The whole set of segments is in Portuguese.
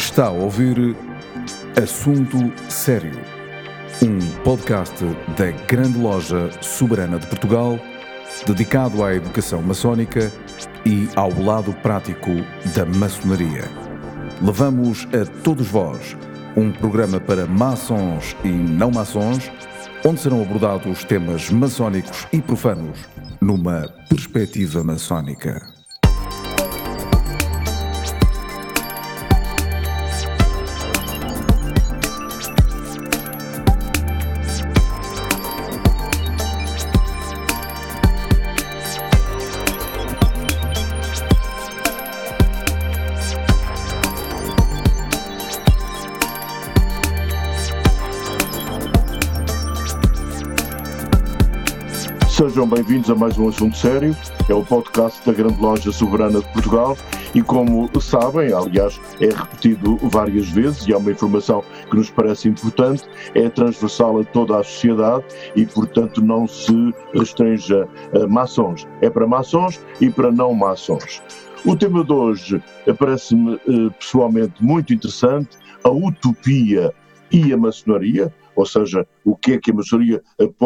Está a ouvir Assunto Sério, um podcast da Grande Loja Soberana de Portugal, dedicado à educação maçónica e ao lado prático da maçonaria. Levamos a todos vós um programa para maçons e não maçons, onde serão abordados temas maçónicos e profanos numa perspectiva maçónica. Sejam bem-vindos a mais um Assunto Sério, é o podcast da Grande Loja Soberana de Portugal e, como sabem, aliás, é repetido várias vezes e é uma informação que nos parece importante, é transversal a toda a sociedade e, portanto, não se restringe a maçons. É para maçons e para não maçons. O tema de hoje parece-me pessoalmente muito interessante, a utopia e a maçonaria, ou seja, o que é que a maçonaria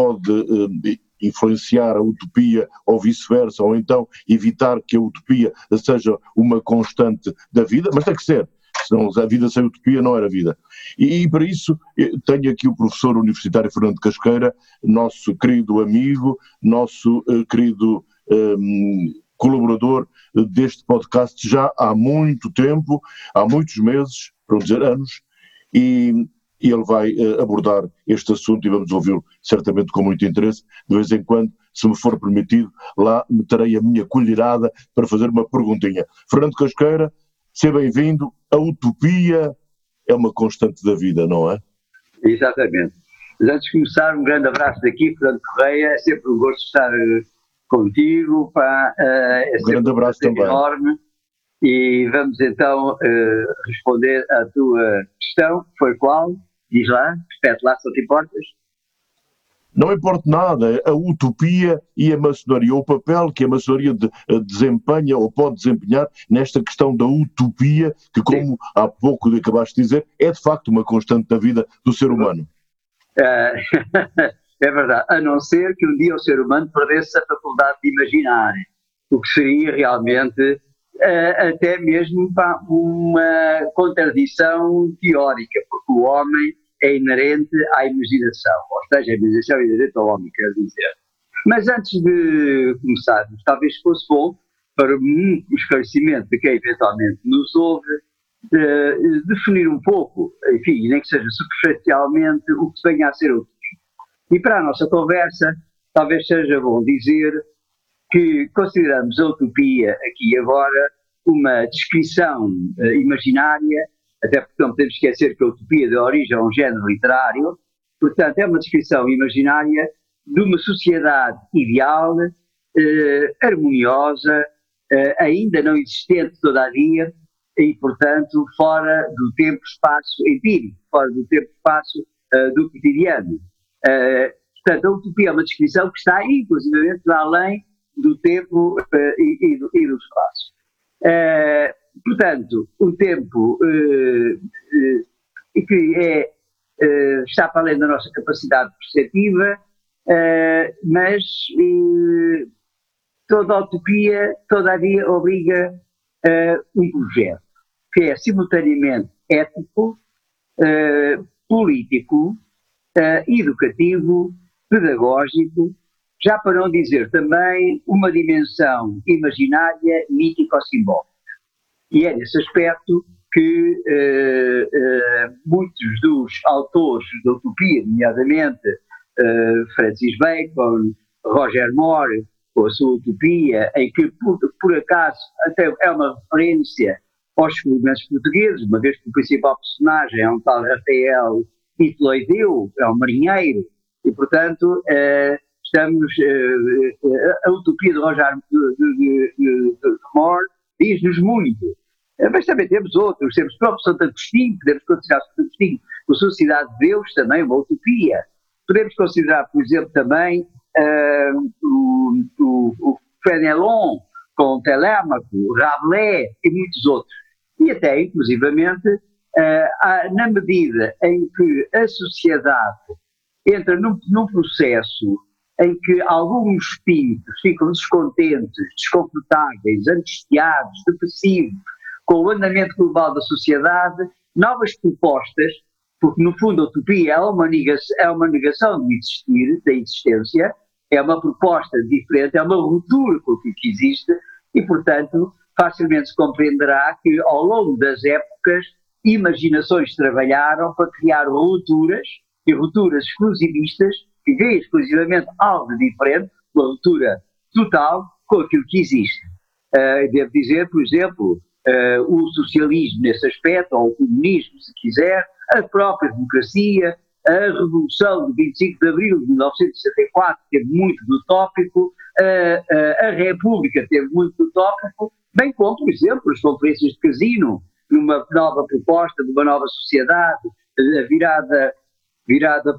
pode influenciar a utopia ou vice-versa, ou então evitar que a utopia seja uma constante da vida, mas tem que ser, senão a vida sem utopia não era vida. E para isso tenho aqui o professor universitário Fernando Casqueira, nosso querido amigo, nosso querido colaborador deste podcast já há muito tempo, há muitos meses, para não dizer anos, e ele vai abordar este assunto e vamos ouvi-lo certamente com muito interesse. De vez em quando, se me for permitido, lá meterei a minha colherada para fazer uma perguntinha. Fernando Casqueira, seja bem-vindo. A utopia é uma constante da vida, não é? Exatamente. Mas antes de começar, um grande abraço daqui, Fernando Correia. É sempre um gosto estar contigo. É um grande abraço também. Enorme. E vamos então responder à tua questão. Foi qual? Diz lá, repete lá, se não te importas. Não importa nada, a utopia e a maçonaria, o papel que a maçonaria desempenha ou pode desempenhar nesta questão da utopia, que como há pouco acabaste de dizer, é de facto uma constante da vida do ser humano. É verdade, a não ser que um dia o ser humano perdesse a faculdade de imaginar, o que seria realmente até mesmo uma contradição teórica, porque o homem é inerente à imaginação, ou seja, a imaginação é inerente ao homem, quer dizer. Mas antes de começarmos, talvez fosse bom, para um esclarecimento de quem eventualmente nos ouve, definir um pouco, enfim, nem que seja superficialmente, o que venha a ser a utopia. E para a nossa conversa, talvez seja bom dizer que consideramos a utopia aqui e agora uma descrição imaginária, até porque não podemos esquecer que a utopia deu origem a um género literário, portanto é uma descrição imaginária de uma sociedade ideal, harmoniosa, ainda não existente todavia, e portanto fora do tempo-espaço empírico, fora do tempo-espaço do cotidiano. Portanto, a utopia é uma descrição que está inclusivamente além do tempo e do espaço. Portanto, um tempo que está para além da nossa capacidade perceptiva, mas toda a utopia, todavia, obriga um projeto que é simultaneamente ético, político, educativo, pedagógico, já para não dizer também uma dimensão imaginária, mítico-simbólica. E é nesse aspecto que muitos dos autores da utopia, nomeadamente Francis Bacon, Roger Moore, com a sua utopia, em que por acaso até é uma referência aos descobrimentos portugueses, uma vez que o principal personagem é um tal Rafael Itloideu, é um marinheiro, e portanto estamos, a utopia de Roger Moore diz-nos muito, mas também temos outros, temos o próprio Santo Agostinho, podemos considerar Santo Agostinho a Sociedade de Deus também uma utopia, podemos considerar, por exemplo, também o Fenelon com Telêmaco, Rabelais e muitos outros, e até inclusivamente na medida em que a sociedade entra num processo em que alguns espíritos ficam descontentes, desconfortáveis, angustiados, depressivos, com o andamento global da sociedade, novas propostas, porque no fundo a utopia é uma negação do existir, da existência, é uma proposta diferente, é uma ruptura com aquilo que existe e, portanto, facilmente se compreenderá que ao longo das épocas imaginações trabalharam para criar rupturas, e rupturas exclusivistas, que veem exclusivamente algo diferente, uma ruptura total com aquilo que existe. Devo dizer, por exemplo, o socialismo nesse aspecto, ou o comunismo, se quiser, a própria democracia, a Revolução do 25 de Abril de 1964 teve muito do tópico, a República teve muito do tópico, bem como, por exemplo, as conferências de Casino, numa nova proposta de uma nova sociedade, virada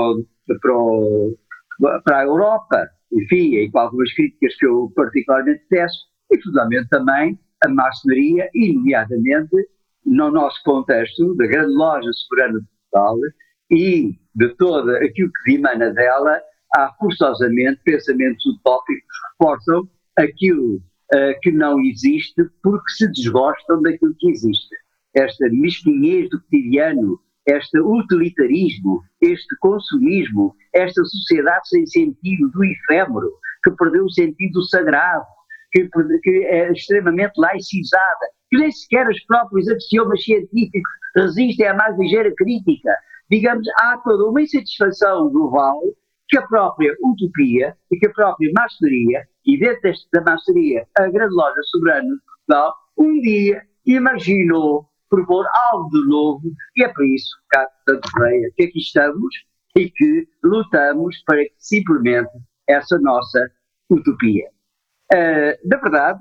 para a Europa, enfim, e com algumas críticas que eu particularmente teço, e fundamentalmente também a maçonaria, e nomeadamente no nosso contexto da grande loja soberana de Portugal e de todo aquilo que dimana dela, há forçosamente pensamentos utópicos que reforçam aquilo que não existe porque se desgostam daquilo que existe. Esta mesquinhez do cotidiano, este utilitarismo, este consumismo, esta sociedade sem sentido do efêmero, que perdeu o sentido do sagrado, que é extremamente laicizada, que nem sequer os próprios axiomas científicos resistem à mais ligeira crítica. Digamos, há toda uma insatisfação global que a própria utopia e que a própria maçonaria, e dentro da maçonaria a grande loja soberana de Portugal, um dia imaginou propor algo de novo, e é por isso, Cato Santo Freia, que aqui estamos e que lutamos para que simplesmente essa nossa utopia. Na verdade,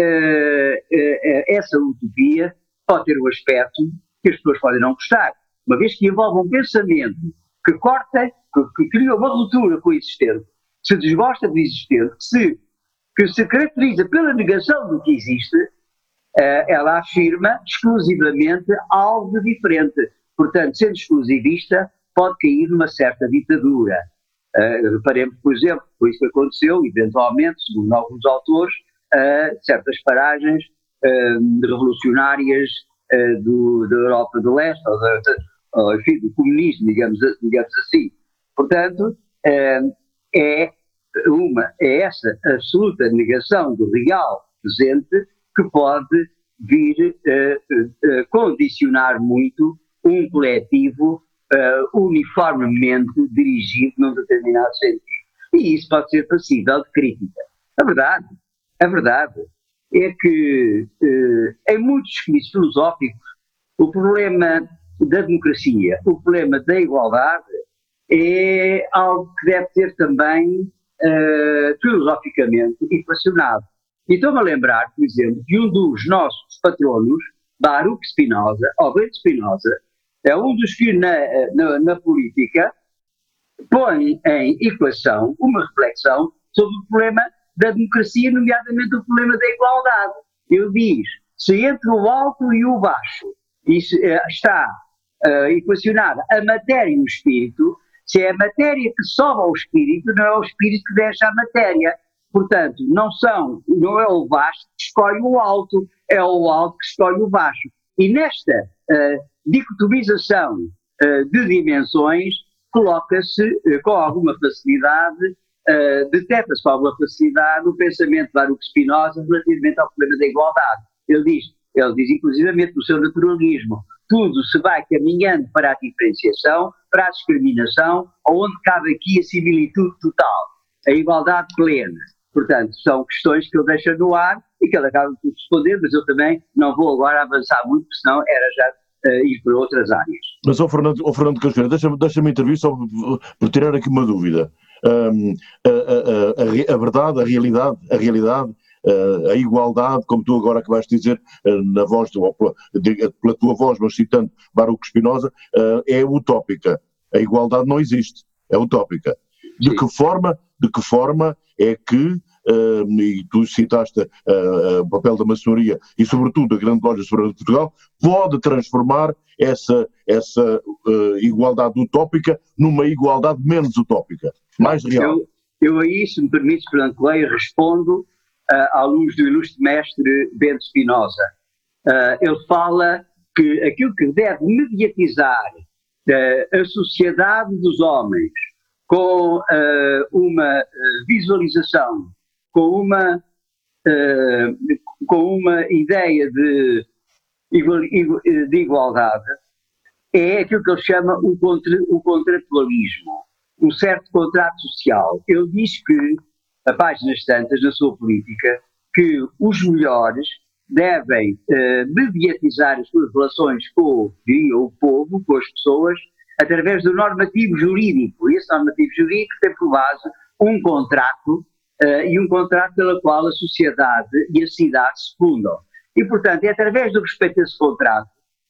essa utopia pode ter um aspecto que as pessoas podem não gostar, uma vez que envolve um pensamento que corta, que cria uma ruptura com o existente, se desgosta do existente, que se caracteriza pela negação do que existe, ela afirma exclusivamente algo de diferente. Portanto, sendo exclusivista, pode cair numa certa ditadura. Reparemos, por exemplo, foi isso que aconteceu, eventualmente, segundo alguns autores, certas paragens revolucionárias da Europa do Leste, ou enfim, do comunismo, digamos assim. Portanto, é essa absoluta negação do real presente que pode vir condicionar muito um coletivo uniformemente dirigido num determinado sentido. E isso pode ser passível de crítica. A verdade é que em muitos escritos filosóficos o problema da democracia, o problema da igualdade é algo que deve ser também filosoficamente equacionado. E estou-me a lembrar, por exemplo, que um dos nossos patronos, Baruch Spinoza, ou Bento Spinoza, é um dos que na política põe em equação uma reflexão sobre o problema da democracia, nomeadamente o problema da igualdade. Ele diz, se entre o alto e o baixo está equacionada a matéria e o espírito, se é a matéria que sobe ao espírito, não é o espírito que desce à matéria. Portanto, não é o baixo que escolhe o alto, é o alto que escolhe o baixo. E nesta dicotomização de dimensões, coloca-se com alguma facilidade, detecta-se com alguma facilidade o pensamento de Baruch Spinoza relativamente ao problema da igualdade. Ele diz inclusivamente no seu naturalismo, tudo se vai caminhando para a diferenciação, para a discriminação, onde cabe aqui a similitude total, a igualdade plena. Portanto, são questões que ele deixa no ar e que ele acaba por responder, mas eu também não vou agora avançar muito, porque senão era já ir para outras áreas. Mas, Fernando Casqueira, deixa-me intervir só por tirar aqui uma dúvida. A verdade, a realidade, a igualdade, como tu agora acabaste de dizer, na voz, pela tua voz, mas citando Baruch Spinoza, é utópica. A igualdade não existe, é utópica. De que forma é que e tu citaste o papel da maçonaria e sobretudo a Grande Loja Soberana de Portugal, pode transformar essa igualdade utópica numa igualdade menos utópica, mais real. Eu aí, se me permites, Fernando Coelho, respondo à luz do ilustre mestre Bento Spinoza. Ele fala que aquilo que deve mediatizar a sociedade dos homens com uma visualização, com uma ideia de igualdade, é aquilo que ele chama o contratualismo, um certo contrato social. Ele diz que, a páginas tantas na sua política, que os melhores devem mediatizar as suas relações com o povo, com as pessoas, através do normativo jurídico. E esse normativo jurídico tem por base um contrato, e um contrato pelo qual a sociedade e a cidade se fundam. E, portanto, é através do respeito a esse contrato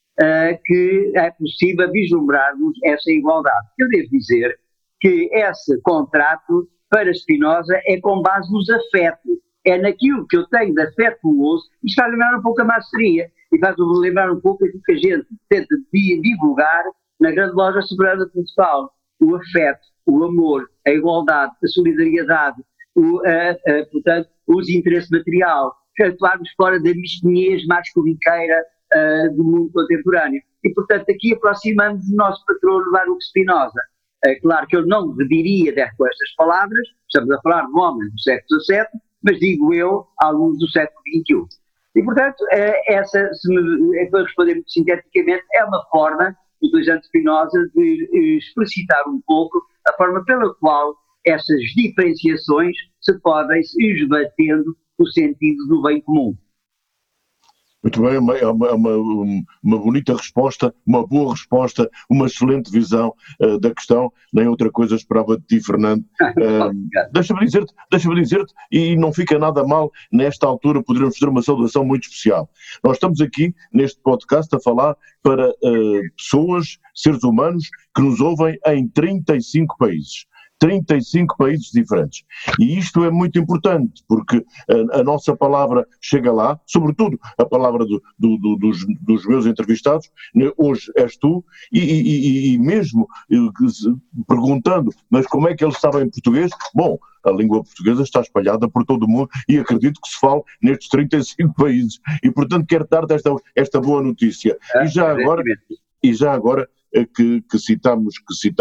que é possível vislumbrarmos essa igualdade. Eu devo dizer que esse contrato, para Spinoza, é com base nos afetos. É naquilo que eu tenho de afetuoso, e está a lembrar um pouco a maçonaria, e faz-me lembrar um pouco aquilo que a gente tenta divulgar na Grande Loja Soberana de Portugal. O afeto, o amor, a igualdade, a solidariedade, portanto, o desinteresse material, atuarmos fora da mesquinhez mais corriqueira do mundo contemporâneo. E, portanto, aqui aproximamos o nosso patrono Baruch Spinoza. Claro que eu não diria com estas palavras, estamos a falar de um homem do século XVII, mas digo eu, à luz do século XXI. E, portanto, essa, para responder muito sinteticamente, é uma forma, utilizando Spinoza, de explicitar um pouco a forma pela qual essas diferenciações se podem esbatendo no sentido do bem comum. Muito bem, é uma bonita resposta, uma boa resposta, uma excelente visão da questão. Nem outra coisa esperava de ti, Fernando. Deixa-me dizer-te, e não fica nada mal, nesta altura poderemos fazer uma saudação muito especial. Nós estamos aqui, neste podcast, a falar para pessoas, seres humanos, que nos ouvem em 35 países. 35 países diferentes. E isto é muito importante, porque a nossa palavra chega lá, sobretudo a palavra dos meus entrevistados, hoje és tu, e mesmo perguntando, mas como é que eles sabem português? Bom, a língua portuguesa está espalhada por todo o mundo e acredito que se fale nestes 35 países. E, portanto, quero dar-te esta boa notícia. E já agora que citamos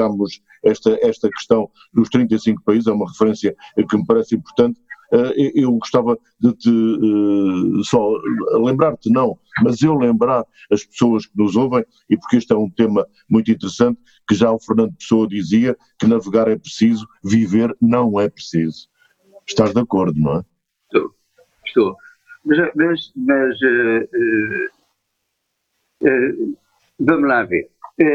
esta questão dos 35 países, é uma referência que me parece importante. Eu gostava de te só lembrar-te, não, mas eu lembrar as pessoas que nos ouvem, e porque este é um tema muito interessante, que já o Fernando Pessoa dizia que navegar é preciso, viver não é preciso. Estás de acordo, não é? Estou. Mas vamos lá ver.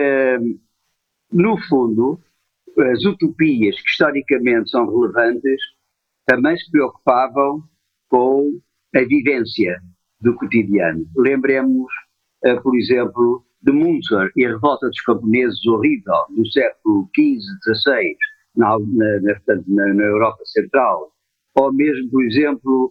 No fundo, as utopias que historicamente são relevantes também se preocupavam com a vivência do cotidiano. Lembremos, por exemplo, de Munzer e a revolta dos camponeses horrível do século XV, XVI, na Europa Central, ou mesmo, por exemplo,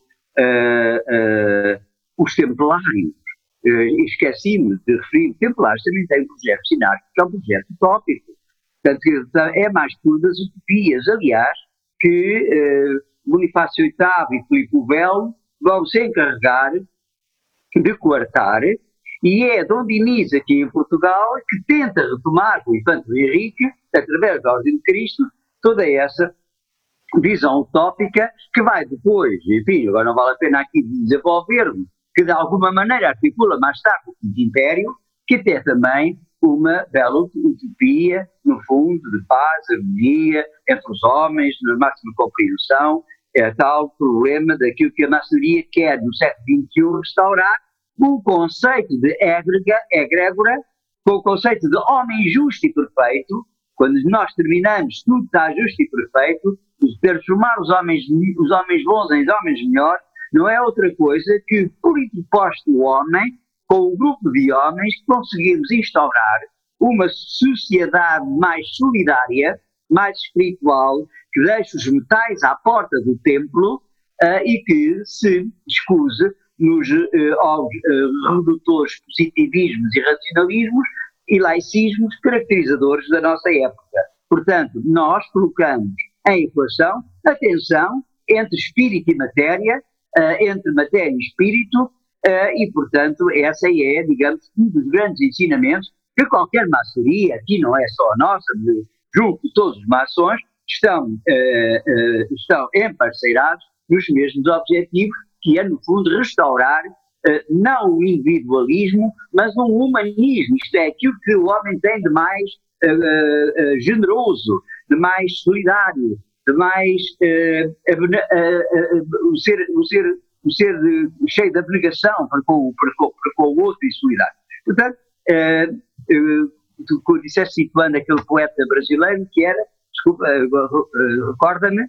os templários. Esqueci-me de referir, templários também têm um projeto sinárquico, que é um projeto utópico. Portanto, é mais por das utopias, aliás, que Bonifácio VIII e Filipe o Belo vão se encarregar de coartar, e é Dom Dinis, aqui em Portugal, que tenta retomar com o Infante Henrique, através da Ordem de Cristo, toda essa visão utópica que vai depois, enfim, agora não vale a pena aqui desenvolver-me, que de alguma maneira articula mais tarde o Quinto Império, que até também uma bela utopia, no fundo, de paz, harmonia entre os homens, na máxima compreensão, é tal problema daquilo que a maçonaria quer no século XXI restaurar, o conceito de egrégora, com o conceito de homem justo e perfeito. Quando nós terminamos, tudo está justo e perfeito, transformar os homens bons em homens melhores, não é outra coisa que, por interposto o homem, com um grupo de homens, conseguimos instaurar uma sociedade mais solidária, mais espiritual, que deixa os metais à porta do templo e que se escuse aos redutores positivismos e racionalismos e laicismos caracterizadores da nossa época. Portanto, nós colocamos em equação a tensão entre espírito e matéria, entre matéria e espírito, e, portanto, essa é, digamos, um dos grandes ensinamentos que qualquer maçonaria, aqui não é só a nossa, julgo que todos os maçons estão emparceirados nos mesmos objetivos, que é, no fundo, restaurar não o individualismo, mas um humanismo, isto é, aquilo que o homem tem de mais generoso, de mais solidário, de mais o ser cheio de abnegação para com o outro e solidário. Portanto, tu disseste citando aquele poeta brasileiro que era, desculpa, recorda-me.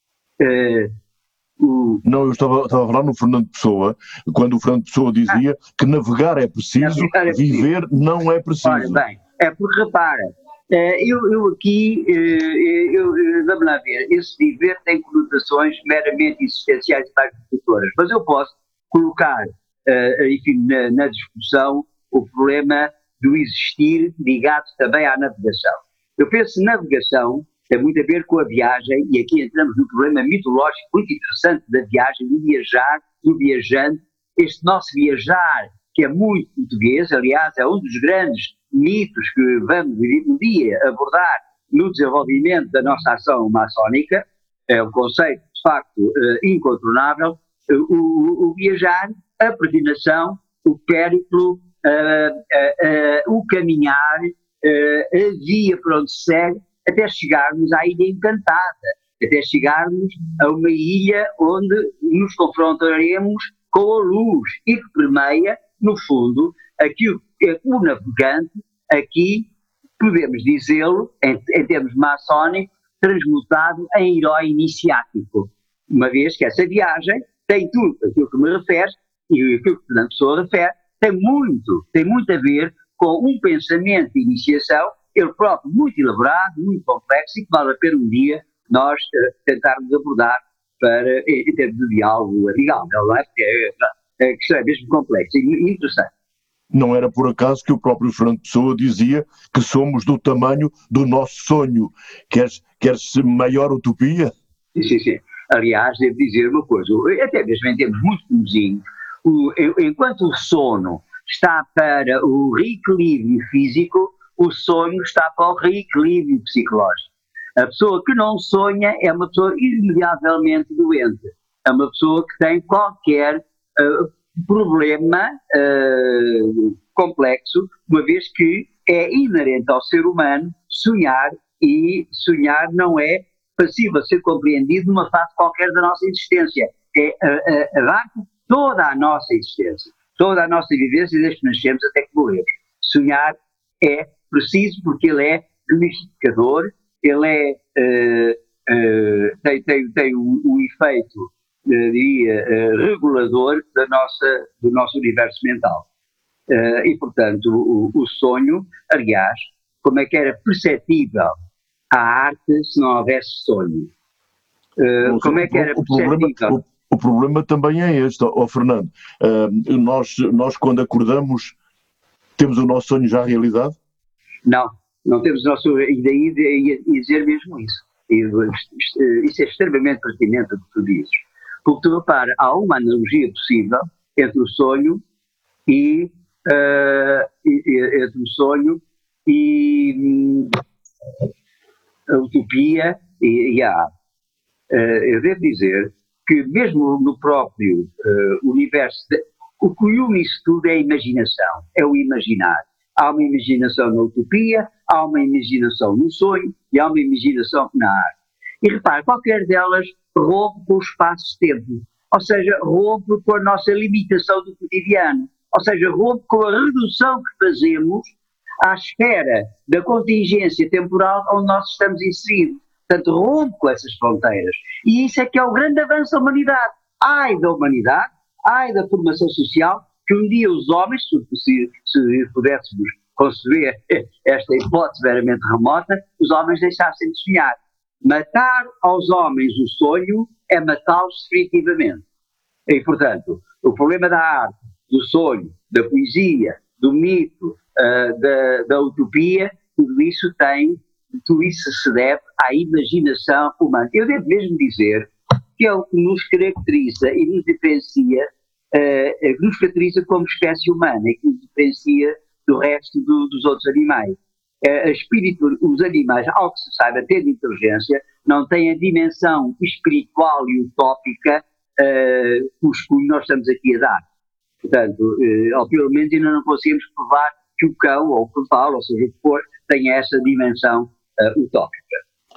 Não, eu estava a falar no Fernando Pessoa, quando o Fernando Pessoa dizia que navegar é preciso, viver não é preciso. Olha, bem, é porque repara, eu aqui, vamos lá ver, esse viver tem conotações meramente existenciais e participatórias, mas eu posso colocar, enfim, na discussão o problema do existir ligado também à navegação. Eu penso que navegação tem muito a ver com a viagem, e aqui entramos no problema mitológico muito interessante da viagem, do viajar, do viajante. Este nosso viajar, que é muito português, aliás, é um dos grandes mitos que vamos um dia abordar no desenvolvimento da nossa ação maçónica, é um conceito, de facto, incontornável, o viajar, a peregrinação, o périplo, o caminhar, a via por onde se segue, até chegarmos à Ilha Encantada, até chegarmos a uma ilha onde nos confrontaremos com a luz e que permeia, no fundo, aquilo que o navegante, aqui, podemos dizê-lo, em termos maçónicos, transmutado em herói iniciático. Uma vez que essa viagem tem tudo aquilo que me refere, e aquilo que Fernando Pessoa refere, tem muito a ver com um pensamento de iniciação, ele próprio muito elaborado, muito complexo, e que vale a pena um dia nós tentarmos abordar em termos de diálogo amigável, não é? A questão é mesmo complexa e interessante. Não era por acaso que o próprio Fernando Pessoa dizia que somos do tamanho do nosso sonho. Queres maior utopia? Sim. Aliás, devo dizer uma coisa, até mesmo em termos muito comezinhos, enquanto o sono está para o reequilíbrio físico, o sonho está para o reequilíbrio psicológico. A pessoa que não sonha é uma pessoa irremediavelmente doente. É uma pessoa que tem qualquer problema complexo, uma vez que é inerente ao ser humano sonhar, e sonhar não é passivo a ser compreendido numa fase qualquer da nossa existência. Abarca toda a nossa existência, toda a nossa vivência desde que nascemos até que morremos. Sonhar é preciso porque ele é gamificador, ele tem um efeito, diria, regulador do nosso universo mental. E, portanto, o sonho, aliás, como é que era perceptível a arte se não houvesse sonho? Como é que era perceptível? O problema também é este, Fernando. Nós, quando acordamos, temos o nosso sonho já realizado? Não temos o nosso sonho. E daí ia dizer mesmo isso. Isso é extremamente pertinente o que tu dizes. Porque tu repara, há uma analogia possível entre o sonho e a utopia e a arte. Eu devo dizer que mesmo no próprio universo, o que une isso tudo é a imaginação, é o imaginar. Há uma imaginação na utopia, há uma imaginação no sonho e há uma imaginação na arte. E repare, qualquer delas rompe com o espaço-tempo, ou seja, rompe com a nossa limitação do cotidiano, ou seja, rompe com a redução que fazemos à esfera da contingência temporal onde nós estamos inseridos. Portanto, rompe com essas fronteiras. E isso é que é o grande avanço da humanidade. Ai da humanidade, ai da formação social, que um dia os homens, se pudéssemos conceber esta hipótese veramente remota, os homens deixassem de sonhar. Matar aos homens o sonho é matá-los definitivamente. E, portanto, o problema da arte, do sonho, da poesia, do mito, da utopia, tudo isso se deve à imaginação humana. Eu devo mesmo dizer que é o que nos caracteriza e nos diferencia, que nos caracteriza como espécie humana e que nos diferencia do resto dos outros animais. Os animais, ao que se saiba, tendo inteligência, não têm a dimensão espiritual e utópica que nós estamos aqui a dar. Portanto, ou pelo menos ainda não conseguimos provar que o cão ou o cavalo, ou seja o que for, tenha essa dimensão utópica.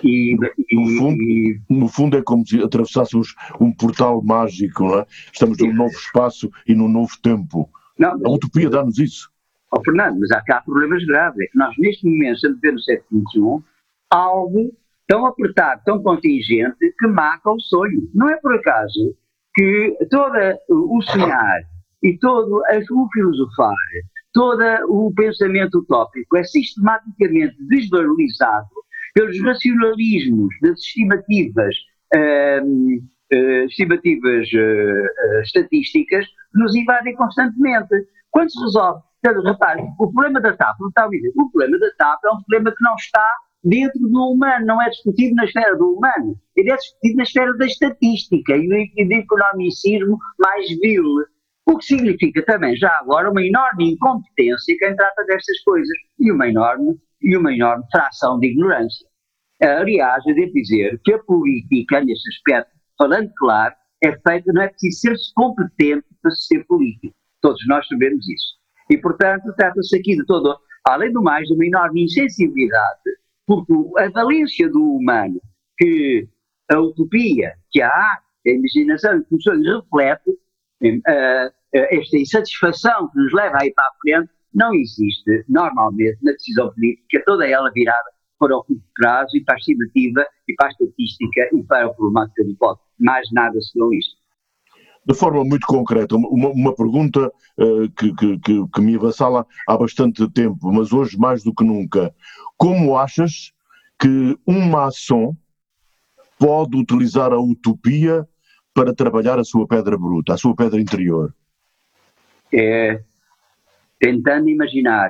No fundo é como se atravessássemos um portal mágico, não é? Estamos num novo espaço e num novo tempo. Não, a utopia dá-nos isso. Fernando, mas há problemas graves. É que nós neste momento estamos a ver no século XXI algo tão apertado, tão contingente, que marca o sonho. Não é por acaso que todo o sonhar e todo o filosofar, todo o pensamento utópico é sistematicamente desvalorizado pelos racionalismos das estimativas estatísticas que nos invadem constantemente. Quando se resolve, repare, o problema da TAP, o problema da TAP é um problema que não está dentro do humano, não é discutido na esfera do humano, ele é discutido na esfera da estatística e do economicismo mais vil. O que significa também, já agora, uma enorme incompetência quem trata destas coisas e uma enorme fração de ignorância. Aliás, eu devo dizer que a política, nesse aspecto, falando claro, é feita, não é preciso ser competente para ser político. Todos nós sabemos isso. E, portanto, trata-se aqui de todo, além do mais, de uma enorme insensibilidade, porque a valência do humano, que a utopia, que a arte, a imaginação e o sonho reflete, esta insatisfação que nos leva a ir para a frente, não existe normalmente na decisão política, toda ela virada para o curto prazo e para a estimativa e para a estatística e para a problemática do voto. Mais nada senão isto. De forma muito concreta, uma pergunta que me avassala há bastante tempo, mas hoje mais do que nunca. Como achas que um maçom pode utilizar a utopia para trabalhar a sua pedra bruta, a sua pedra interior? Tentando imaginar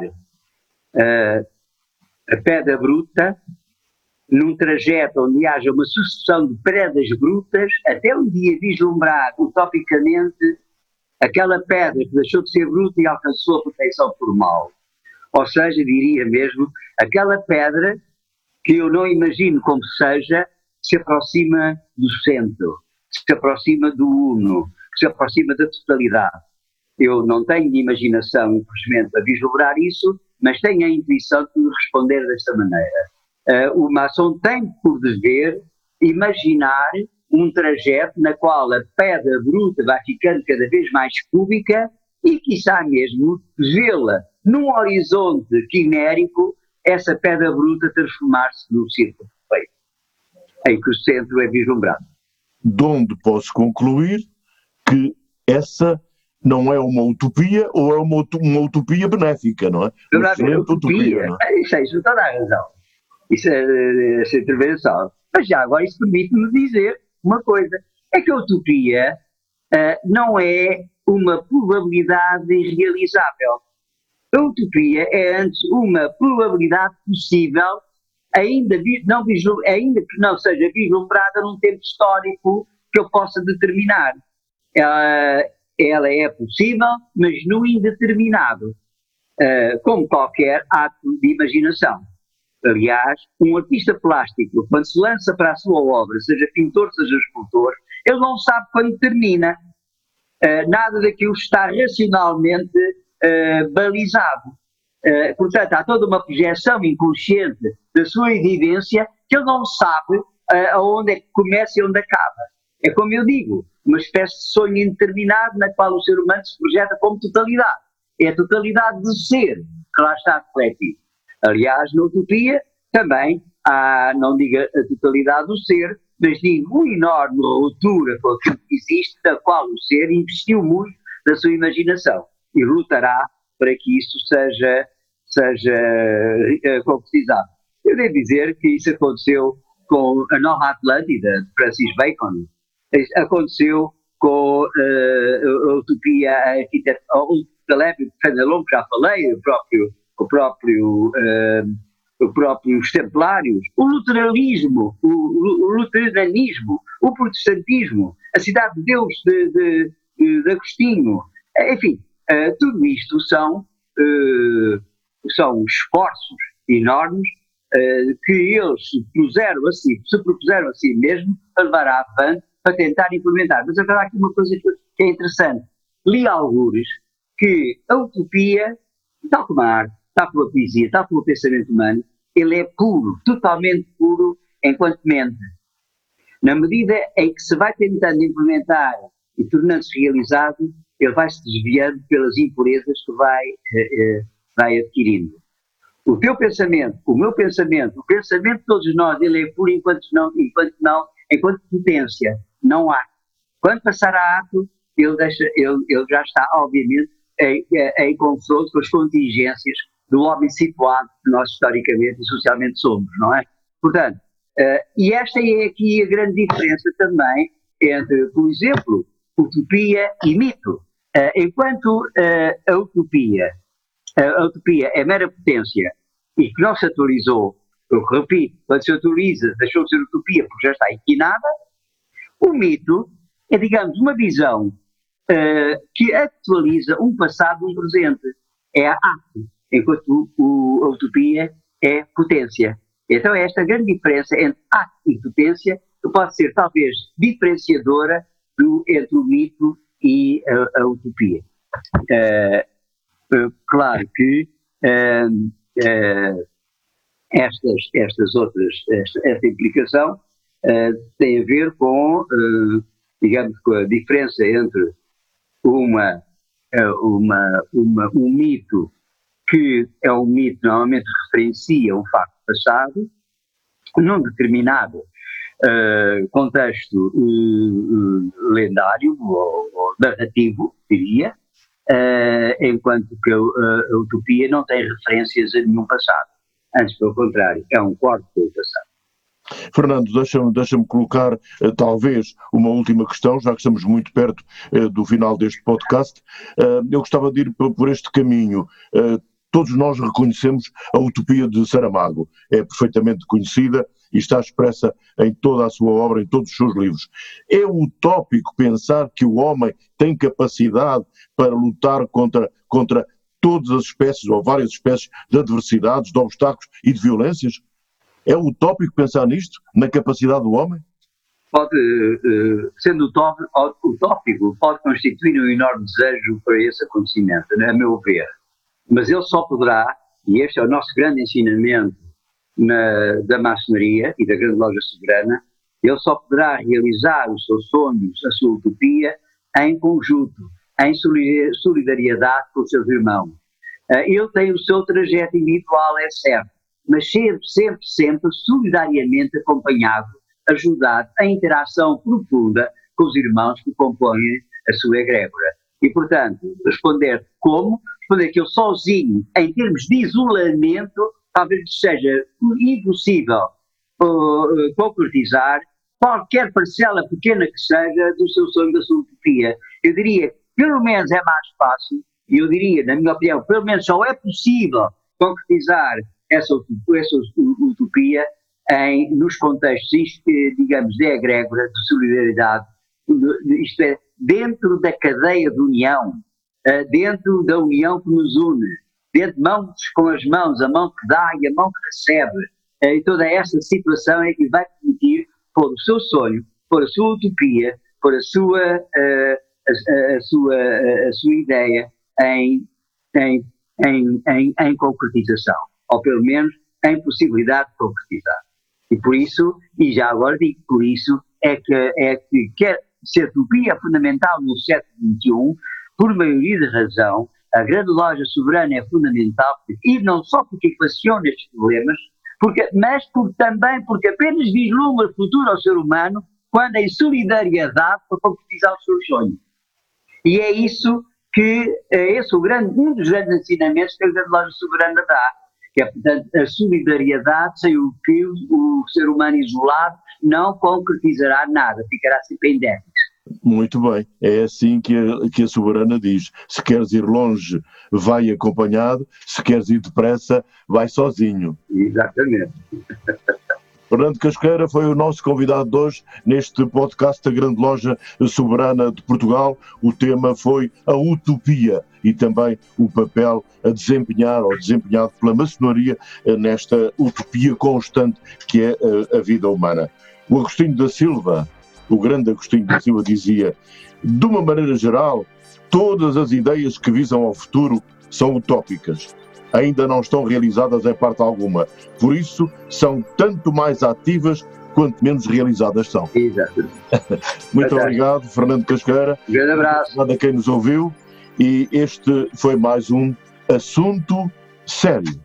a pedra bruta num trajeto onde haja uma sucessão de pedras brutas, até um dia vislumbrar utopicamente aquela pedra que deixou de ser bruta e alcançou a perfeição formal. Ou seja, diria mesmo, aquela pedra que eu não imagino como seja, se aproxima do centro, se aproxima do uno, se aproxima da totalidade. Eu não tenho imaginação, infelizmente, para vislumbrar isso, mas tenho a intuição de responder desta maneira. O maçom tem por dever imaginar um trajeto na qual a pedra bruta vai ficando cada vez mais cúbica e, quiçá mesmo, vê-la num horizonte quimérico, essa pedra bruta transformar-se num círculo perfeito, em que o centro é vislumbrado. De onde posso concluir que essa não é uma utopia ou é uma utopia benéfica, não é? Uma excelente utopia, não é? Isso toda a razão. Isso é essa intervenção. Mas já agora isso permite-me dizer uma coisa, é que a utopia não é uma probabilidade irrealizável. A utopia é antes uma probabilidade possível, ainda que não seja vislumbrada num tempo histórico que eu possa determinar. Ela é possível, mas no indeterminado, como qualquer ato de imaginação. Aliás, um artista plástico, quando se lança para a sua obra, seja pintor, seja escultor, ele não sabe quando termina. Nada daquilo está racionalmente balizado. Portanto, há toda uma projeção inconsciente da sua vivência que ele não sabe aonde é que começa e onde acaba. É como eu digo, uma espécie de sonho indeterminado na qual o ser humano se projeta como totalidade. É a totalidade do ser que lá está refletido. Aliás, na utopia também há, não digo a totalidade do ser, mas digo uma enorme ruptura com aquilo que existe, da qual o ser investiu muito da sua imaginação e lutará para que isso seja concretizado. Eu devo dizer que isso aconteceu com a Nova Atlântida, de Francis Bacon, Aconteceu com a utopia, o Taleb Fenelon, que já falei, os próprios templários, o luteranismo, o luteranismo, o protestantismo, a cidade de Deus de Agostinho, enfim, tudo isto são esforços enormes que eles se propuseram a si mesmos para levar avante, para tentar implementar. Mas agora há aqui uma coisa que é interessante. Li algures que a utopia, tal como a arte, tal como a poesia, tal como o pensamento humano, ele é puro, totalmente puro enquanto mente. Na medida em que se vai tentando implementar e tornando-se realizado, ele vai se desviando pelas impurezas que vai adquirindo. O teu pensamento, o meu pensamento, o pensamento de todos nós, ele é puro enquanto potência, não há. Quando passar a ato, ele já está, obviamente, em confronto com as contingências do homem situado que nós historicamente e socialmente somos, não é? Portanto, e esta é aqui a grande diferença também entre, por exemplo, utopia e mito. Enquanto a utopia é mera potência e que não se atualizou, eu repito, quando se atualiza, deixou de ser utopia porque já está inquinada, o mito é, digamos, uma visão que atualiza um passado e um presente. É a arte, enquanto a utopia é potência. Então é esta grande diferença entre arte e potência que pode ser talvez diferenciadora entre o mito e a utopia. Claro que esta implicação tem a ver com, digamos, com a diferença entre um mito que é um mito normalmente referencia um facto passado, num determinado contexto lendário ou narrativo, diria, enquanto que a utopia não tem referências a nenhum passado. Antes, pelo contrário, é um corte do passado. Fernando, deixa-me colocar talvez uma última questão, já que estamos muito perto do final deste podcast. Eu gostava de ir por este caminho. Todos nós reconhecemos a utopia de Saramago, é perfeitamente conhecida e está expressa em toda a sua obra, em todos os seus livros. É utópico pensar que o homem tem capacidade para lutar contra todas as espécies ou várias espécies de adversidades, de obstáculos e de violências? É utópico pensar nisto, na capacidade do homem? Sendo utópico, pode constituir um enorme desejo para esse acontecimento, a meu ver. Mas ele só poderá, e este é o nosso grande ensinamento da maçonaria e da Grande Loja Soberana, ele só poderá realizar os seus sonhos, a sua utopia, em conjunto, em solidariedade com os seus irmãos. Ele tem o seu trajeto individual, é certo, mas sempre solidariamente acompanhado, ajudado em interação profunda com os irmãos que compõem a sua egrégora. E, portanto, responder que eu sozinho, em termos de isolamento, talvez seja impossível concretizar qualquer parcela pequena que seja do seu sonho, da sua utopia. Eu diria que pelo menos é mais fácil, e eu diria, na minha opinião, pelo menos só é possível concretizar essa utopia nos contextos, digamos, de egrégora, de solidariedade, isto é, dentro da cadeia de união, dentro da união que nos une, dentro de mãos com as mãos, a mão que dá e a mão que recebe. E toda essa situação é que vai permitir pôr o seu sonho, pôr a sua utopia, pôr a sua ideia em concretização, ou pelo menos em possibilidade de concretizar. E por isso, e já agora digo, por isso é que quer ser utopia é fundamental no século XXI, por maioria de razão. A Grande Loja Soberana é fundamental, e não só porque equaciona estes problemas, mas também porque apenas vislumbra o futuro ao ser humano quando em solidariedade para concretizar os seus sonhos. E é isso que um dos grandes ensinamentos que a Grande Loja Soberana dá, que é, portanto, a solidariedade sem o que o ser humano isolado não concretizará nada, ficará sempre em déficit. Muito bem, é assim que a soberana diz: se queres ir longe, vai acompanhado, se queres ir depressa, vai sozinho. Exatamente. Fernando Casqueira foi o nosso convidado de hoje neste podcast da Grande Loja Soberana de Portugal. O tema foi a utopia e também o papel a desempenhar ou desempenhado pela maçonaria nesta utopia constante que é a vida humana. O Agostinho da Silva, o grande Agostinho da Silva, dizia: de uma maneira geral, todas as ideias que visam ao futuro são utópicas. Ainda não estão realizadas em parte alguma. Por isso, são tanto mais ativas quanto menos realizadas são. Exato. Muito obrigado, Fernando Casqueira. Um grande abraço. Obrigado a quem nos ouviu. E este foi mais um Assunto Sério.